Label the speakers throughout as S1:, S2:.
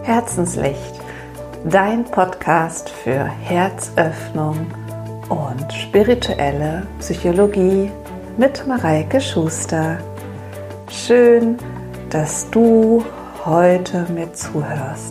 S1: Herzenslicht, dein Podcast für Herzöffnung und spirituelle Psychologie mit Mareike Schuster. Schön, dass du heute mir zuhörst.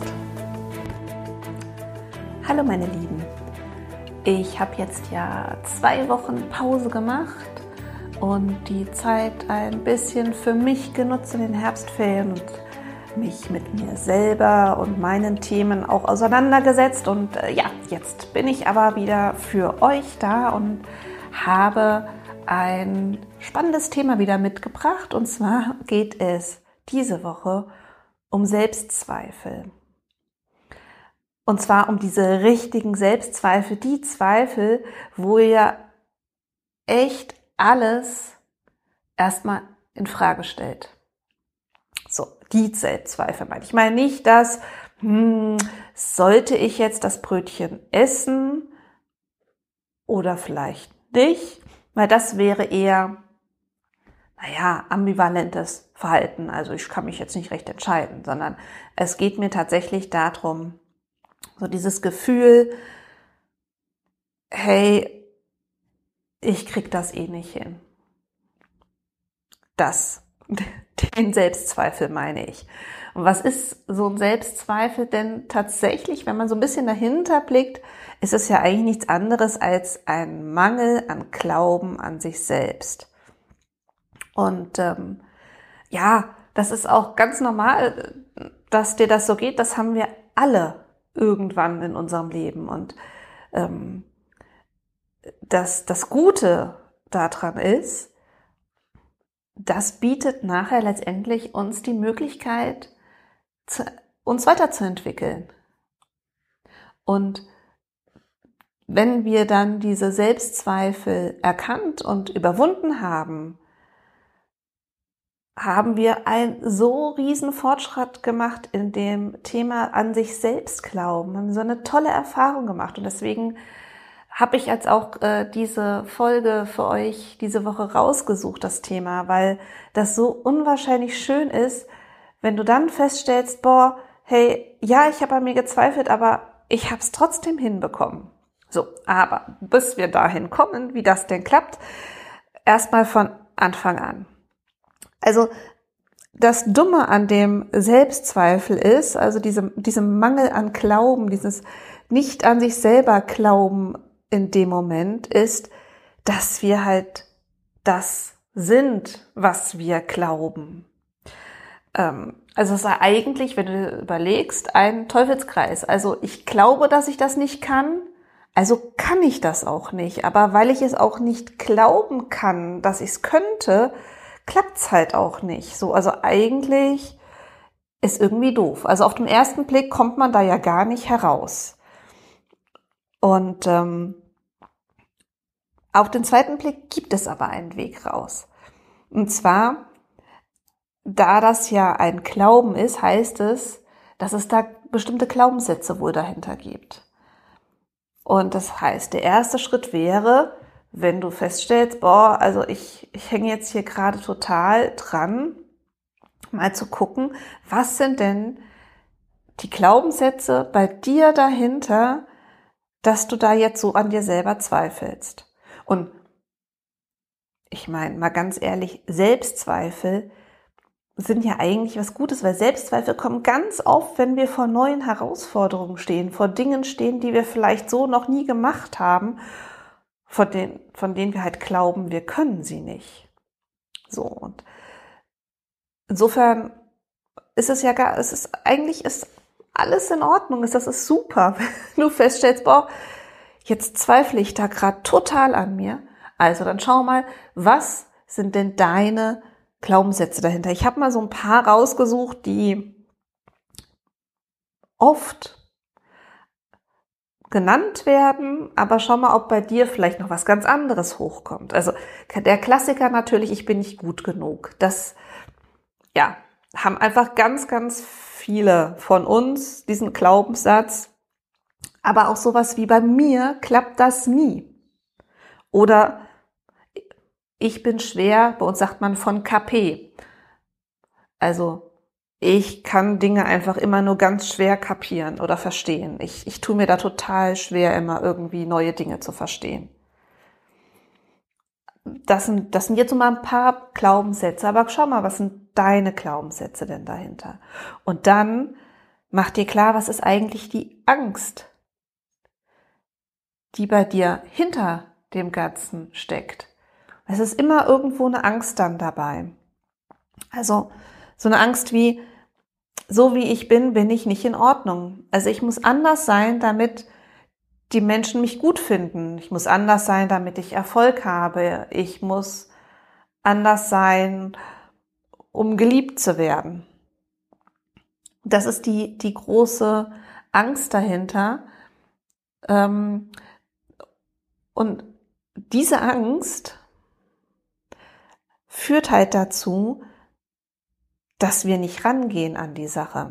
S1: Hallo meine Lieben, ich habe jetzt ja 2 Wochen Pause gemacht und die Zeit ein bisschen für mich genutzt in den Herbstferien und mich mit mir selber und meinen Themen auch auseinandergesetzt. Und jetzt bin ich aber wieder für euch da und habe ein spannendes Thema wieder mitgebracht. Und zwar geht es diese Woche um Selbstzweifel. Und zwar um diese richtigen Selbstzweifel, die Zweifel, wo ihr echt alles erstmal in Frage stellt. So, die Selbstzweifel meine ich. Ich meine nicht, dass, sollte ich jetzt das Brötchen essen oder vielleicht nicht, weil das wäre eher, ambivalentes Verhalten. Also ich kann mich jetzt nicht recht entscheiden, sondern es geht mir tatsächlich darum, so dieses Gefühl, hey, ich krieg das eh nicht hin. Den Selbstzweifel meine ich. Und was ist so ein Selbstzweifel denn tatsächlich, wenn man so ein bisschen dahinter blickt, ist es ja eigentlich nichts anderes als ein Mangel an Glauben an sich selbst. Und das ist auch ganz normal, dass dir das so geht. Das haben wir alle irgendwann in unserem Leben. Und das Gute daran ist, das bietet nachher letztendlich uns die Möglichkeit, uns weiterzuentwickeln. Und wenn wir dann diese Selbstzweifel erkannt und überwunden haben, haben wir einen so riesen Fortschritt gemacht in dem Thema an sich selbst glauben, haben so eine tolle Erfahrung gemacht. Und deswegen habe ich jetzt auch diese Folge für euch diese Woche rausgesucht, das Thema, weil das so unwahrscheinlich schön ist, wenn du dann feststellst, hey, ja, ich habe an mir gezweifelt, aber ich habe es trotzdem hinbekommen. So, aber bis wir dahin kommen, wie das denn klappt, erstmal von Anfang an. Also das Dumme an dem Selbstzweifel ist, also diesem Mangel an Glauben, dieses nicht an sich selber glauben in dem Moment, ist, dass wir halt das sind, was wir glauben. Also es ist eigentlich, wenn du überlegst, ein Teufelskreis. Also ich glaube, dass ich das nicht kann, also kann ich das auch nicht. Aber weil ich es auch nicht glauben kann, dass ich es könnte, klappt's halt auch nicht. So, also eigentlich ist irgendwie doof. Also auf den ersten Blick kommt man da ja gar nicht heraus. Und auf den zweiten Blick gibt es aber einen Weg raus. Und zwar, da das ja ein Glauben ist, heißt es, dass es da bestimmte Glaubenssätze wohl dahinter gibt. Und das heißt, der erste Schritt wäre, wenn du feststellst, also ich hänge jetzt hier gerade total dran, mal zu gucken, was sind denn die Glaubenssätze bei dir dahinter, dass du da jetzt so an dir selber zweifelst. Und ich meine, mal ganz ehrlich, Selbstzweifel sind ja eigentlich was Gutes, weil Selbstzweifel kommen ganz oft, wenn wir vor neuen Herausforderungen stehen, vor Dingen stehen, die wir vielleicht so noch nie gemacht haben, von denen wir halt glauben, wir können sie nicht. So, und insofern ist es ist alles in Ordnung, das ist super, wenn du feststellst, jetzt zweifle ich da gerade total an mir. Also dann schau mal, was sind denn deine Glaubenssätze dahinter? Ich habe mal so ein paar rausgesucht, die oft genannt werden, aber schau mal, ob bei dir vielleicht noch was ganz anderes hochkommt. Also der Klassiker natürlich, ich bin nicht gut genug. Das, haben einfach ganz, ganz viele von uns diesen Glaubenssatz. Aber auch sowas wie bei mir klappt das nie. Oder ich bin schwer, bei uns sagt man von KP. Also ich kann Dinge einfach immer nur ganz schwer kapieren oder verstehen. Ich tue mir da total schwer, immer irgendwie neue Dinge zu verstehen. Das sind jetzt so mal ein paar Glaubenssätze, aber schau mal, was sind deine Glaubenssätze denn dahinter? Und dann mach dir klar, was ist eigentlich die Angst, die bei dir hinter dem Ganzen steckt. Es ist immer irgendwo eine Angst dann dabei. Also so eine Angst wie, so wie ich bin ich nicht in Ordnung. Also ich muss anders sein, damit die Menschen mich gut finden. Ich muss anders sein, damit ich Erfolg habe. Ich muss anders sein, um geliebt zu werden. Das ist die große Angst dahinter. Und diese Angst führt halt dazu, dass wir nicht rangehen an die Sache.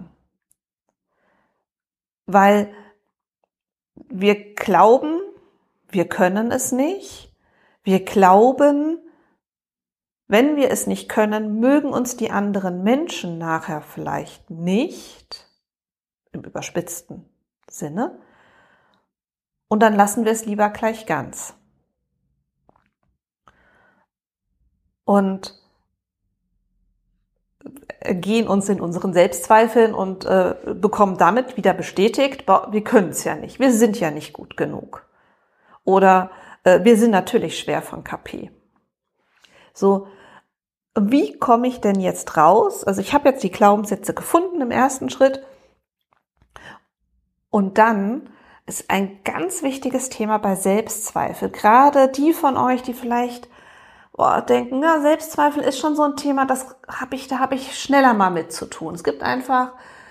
S1: Weil wir glauben, wir können es nicht. Wir glauben, wenn wir es nicht können, mögen uns die anderen Menschen nachher vielleicht nicht, im überspitzten Sinne. Und dann lassen wir es lieber gleich ganz. Und gehen uns in unseren Selbstzweifeln und bekommen damit wieder bestätigt, wir können es ja nicht, wir sind ja nicht gut genug. Oder wir sind natürlich schwer von KP. So, wie komme ich denn jetzt raus? Also ich habe jetzt die Glaubenssätze gefunden im ersten Schritt. Und dann ist ein ganz wichtiges Thema bei Selbstzweifel. Gerade die von euch, die vielleicht denken, ja, Selbstzweifel ist schon so ein Thema, da habe ich schneller mal mit zu tun. Es gibt einfach,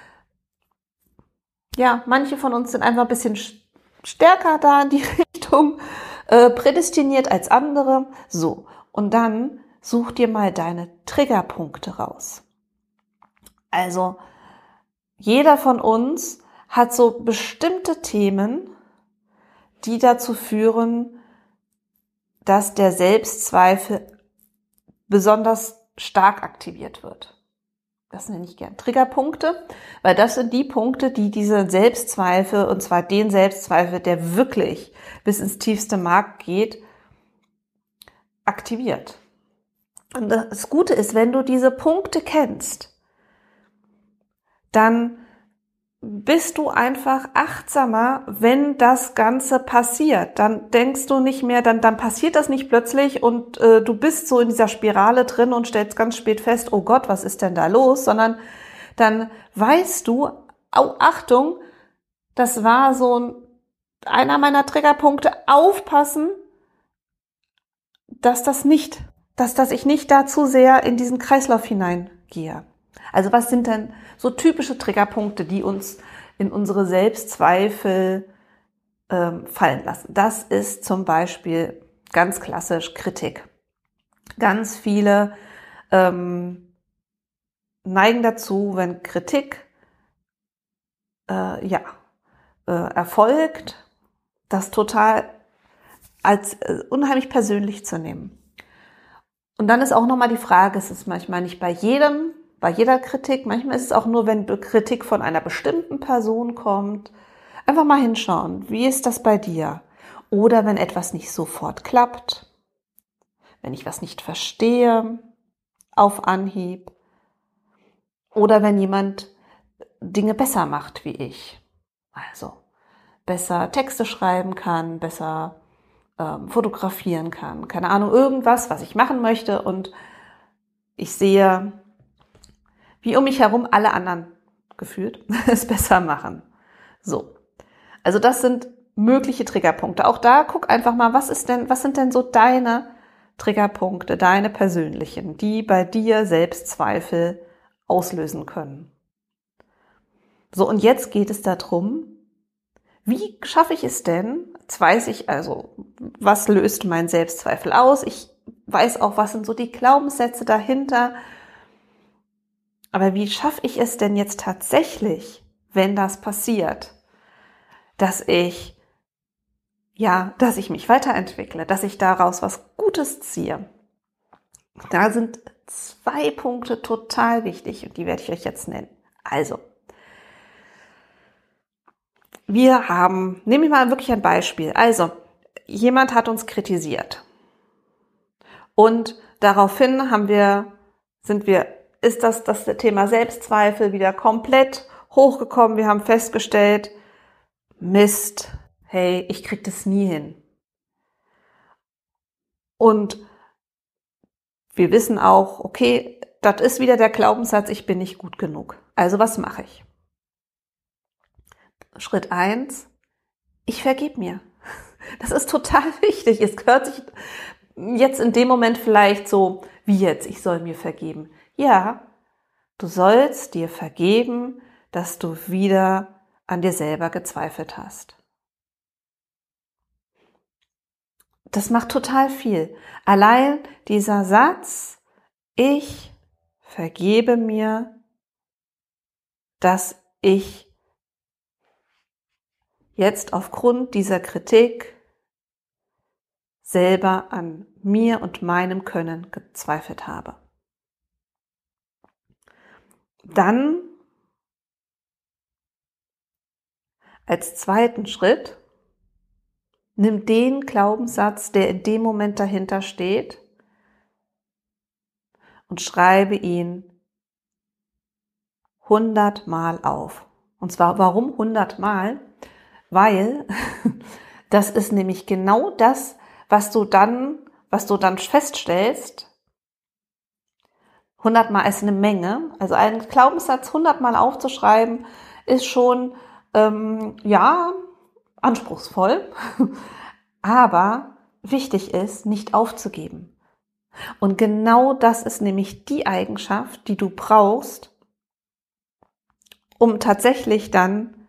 S1: ja, manche von uns sind einfach ein bisschen stärker da in die Richtung prädestiniert als andere. So, und dann such dir mal deine Triggerpunkte raus. Also, jeder von uns hat so bestimmte Themen, die dazu führen, dass der Selbstzweifel besonders stark aktiviert wird. Das nenne ich gern Triggerpunkte, weil das sind die Punkte, die diese Selbstzweifel, und zwar den Selbstzweifel, der wirklich bis ins tiefste Mark geht, aktiviert. Und das Gute ist, wenn du diese Punkte kennst, dann bist du einfach achtsamer, wenn das Ganze passiert. Dann denkst du nicht mehr, dann passiert das nicht plötzlich und du bist so in dieser Spirale drin und stellst ganz spät fest, oh Gott, was ist denn da los? Sondern dann weißt du, oh, Achtung, das war so einer meiner Triggerpunkte, aufpassen, dass ich nicht da zu sehr in diesen Kreislauf hineingehe. Also was sind denn so typische Triggerpunkte, die uns in unsere Selbstzweifel fallen lassen? Das ist zum Beispiel ganz klassisch Kritik. Ganz viele neigen dazu, wenn Kritik erfolgt, das total als unheimlich persönlich zu nehmen. Und dann ist auch nochmal die Frage, es ist manchmal nicht bei jeder Kritik, manchmal ist es auch nur, wenn Kritik von einer bestimmten Person kommt, einfach mal hinschauen, wie ist das bei dir? Oder wenn etwas nicht sofort klappt, wenn ich was nicht verstehe, auf Anhieb, oder wenn jemand Dinge besser macht wie ich, also besser Texte schreiben kann, besser fotografieren kann, keine Ahnung, irgendwas, was ich machen möchte, und ich sehe, wie um mich herum alle anderen gefühlt es besser machen. So, also das sind mögliche Triggerpunkte. Auch da guck einfach mal, was sind denn so deine Triggerpunkte, deine persönlichen, die bei dir Selbstzweifel auslösen können. So, und jetzt geht es darum, wie schaffe ich es denn? Jetzt weiß ich also, was löst mein Selbstzweifel aus? Ich weiß auch, was sind so die Glaubenssätze dahinter. Aber wie schaffe ich es denn jetzt tatsächlich, wenn das passiert, dass ich mich weiterentwickle, dass ich daraus was Gutes ziehe? Da sind 2 Punkte total wichtig und die werde ich euch jetzt nennen. Also, nehmen wir mal wirklich ein Beispiel. Also, jemand hat uns kritisiert und daraufhin ist das Thema Selbstzweifel wieder komplett hochgekommen. Wir haben festgestellt, Mist, hey, ich krieg das nie hin. Und wir wissen auch, okay, das ist wieder der Glaubenssatz, ich bin nicht gut genug. Also was mache ich? Schritt 1, ich vergebe mir. Das ist total wichtig. Es hört sich jetzt in dem Moment vielleicht so, wie jetzt, ich soll mir vergeben. Ja, du sollst dir vergeben, dass du wieder an dir selber gezweifelt hast. Das macht total viel. Allein dieser Satz, ich vergebe mir, dass ich jetzt aufgrund dieser Kritik selber an mir und meinem Können gezweifelt habe. Dann als zweiten Schritt, nimm den Glaubenssatz, der in dem Moment dahinter steht, und schreibe ihn 100 Mal auf. Und zwar, warum 100 Mal? Weil das ist nämlich genau das, was du dann feststellst. 100 Mal ist eine Menge. Also einen Glaubenssatz 100 Mal aufzuschreiben, ist schon, anspruchsvoll. Aber wichtig ist, nicht aufzugeben. Und genau das ist nämlich die Eigenschaft, die du brauchst, um tatsächlich dann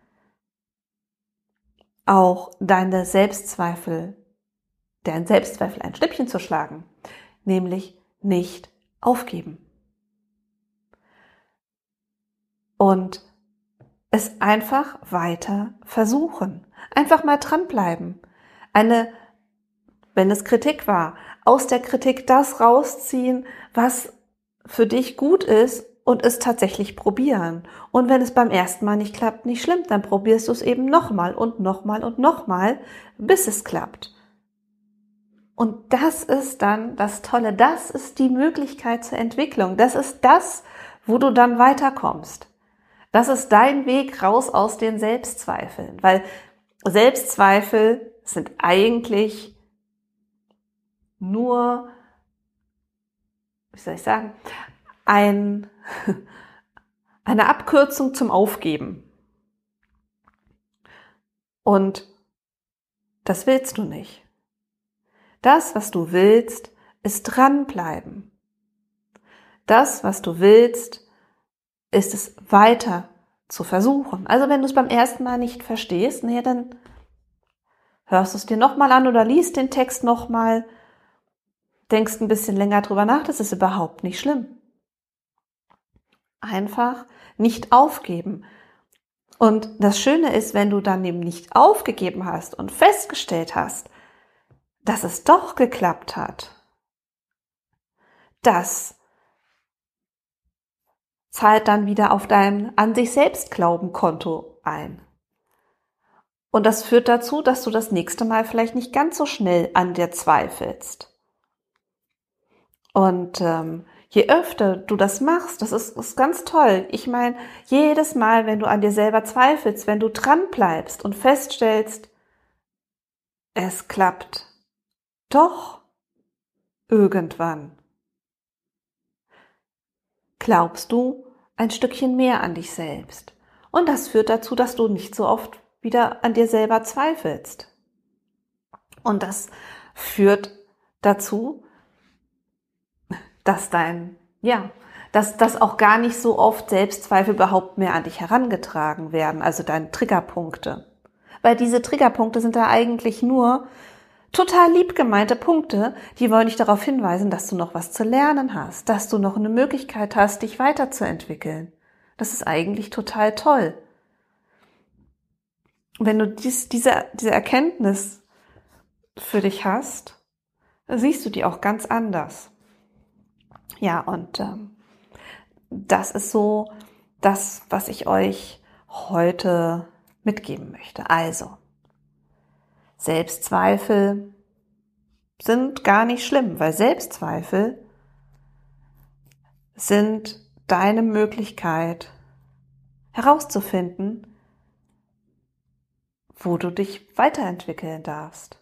S1: auch deinen Selbstzweifel ein Schnippchen zu schlagen, nämlich nicht aufgeben. Und es einfach weiter versuchen. Einfach mal dranbleiben. Wenn es Kritik war, aus der Kritik das rausziehen, was für dich gut ist und es tatsächlich probieren. Und wenn es beim ersten Mal nicht klappt, nicht schlimm, dann probierst du es eben nochmal und nochmal und nochmal, bis es klappt. Und das ist dann das Tolle, das ist die Möglichkeit zur Entwicklung, das ist das, wo du dann weiterkommst. Das ist dein Weg raus aus den Selbstzweifeln, weil Selbstzweifel sind eigentlich nur, eine Abkürzung zum Aufgeben. Und das willst du nicht. Das, was du willst, ist dranbleiben. Das, was du willst, ist es weiter zu versuchen. Also wenn du es beim ersten Mal nicht verstehst, dann hörst du es dir nochmal an oder liest den Text nochmal, denkst ein bisschen länger drüber nach, das ist überhaupt nicht schlimm. Einfach nicht aufgeben. Und das Schöne ist, wenn du dann eben nicht aufgegeben hast und festgestellt hast, dass es doch geklappt hat, das zahlt dann wieder auf dein an sich selbst Glauben Konto ein. Und das führt dazu, dass du das nächste Mal vielleicht nicht ganz so schnell an dir zweifelst. Und je öfter du das machst, das ist ganz toll. Ich meine, jedes Mal, wenn du an dir selber zweifelst, wenn du dran bleibst und feststellst, es klappt doch irgendwann, glaubst du ein Stückchen mehr an dich selbst. Und das führt dazu, dass du nicht so oft wieder an dir selber zweifelst. Und das führt dazu, dass dass auch gar nicht so oft Selbstzweifel überhaupt mehr an dich herangetragen werden, also deine Triggerpunkte. Weil diese Triggerpunkte sind da eigentlich nur total lieb gemeinte Punkte, die wollen dich darauf hinweisen, dass du noch was zu lernen hast, dass du noch eine Möglichkeit hast, dich weiterzuentwickeln. Das ist eigentlich total toll. Wenn du diese Erkenntnis für dich hast, siehst du die auch ganz anders. Ja, und das ist so das, was ich euch heute mitgeben möchte. Also, Selbstzweifel sind gar nicht schlimm, weil Selbstzweifel sind deine Möglichkeit herauszufinden, wo du dich weiterentwickeln darfst.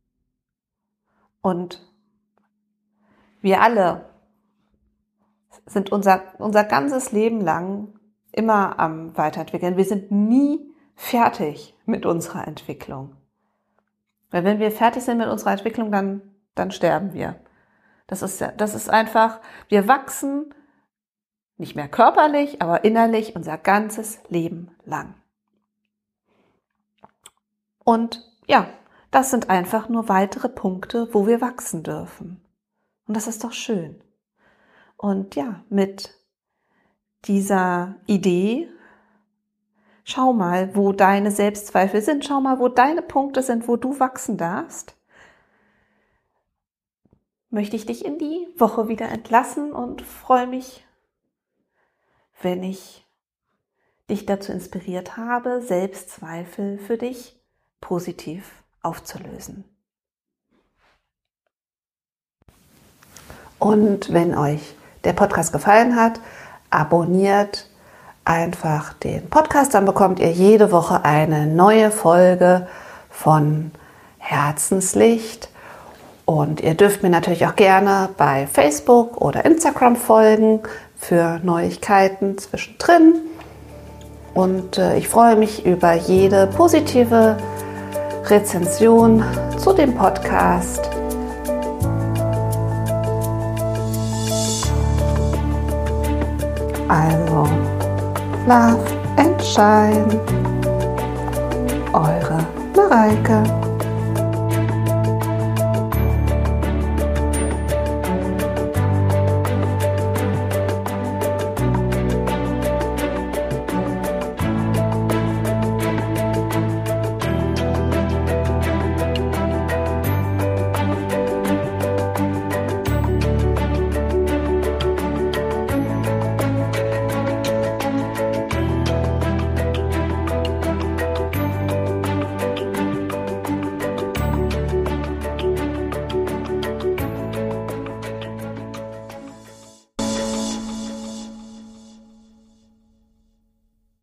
S1: Und wir alle sind unser ganzes Leben lang immer am Weiterentwickeln. Wir sind nie fertig mit unserer Entwicklung. Weil wenn wir fertig sind mit unserer Entwicklung, dann sterben wir. Das ist einfach, wir wachsen nicht mehr körperlich, aber innerlich unser ganzes Leben lang. Und ja, das sind einfach nur weitere Punkte, wo wir wachsen dürfen. Und das ist doch schön. Und ja, mit dieser Idee, schau mal, wo deine Selbstzweifel sind. Schau mal, wo deine Punkte sind, wo du wachsen darfst. Möchte ich dich in die Woche wieder entlassen und freue mich, wenn ich dich dazu inspiriert habe, Selbstzweifel für dich positiv aufzulösen. Und wenn euch der Podcast gefallen hat, abonniert einfach den Podcast, dann bekommt ihr jede Woche eine neue Folge von Herzenslicht. Und ihr dürft mir natürlich auch gerne bei Facebook oder Instagram folgen für Neuigkeiten zwischendrin. Und ich freue mich über jede positive Rezension zu dem Podcast. Also, Love and Shine, eure Mareike.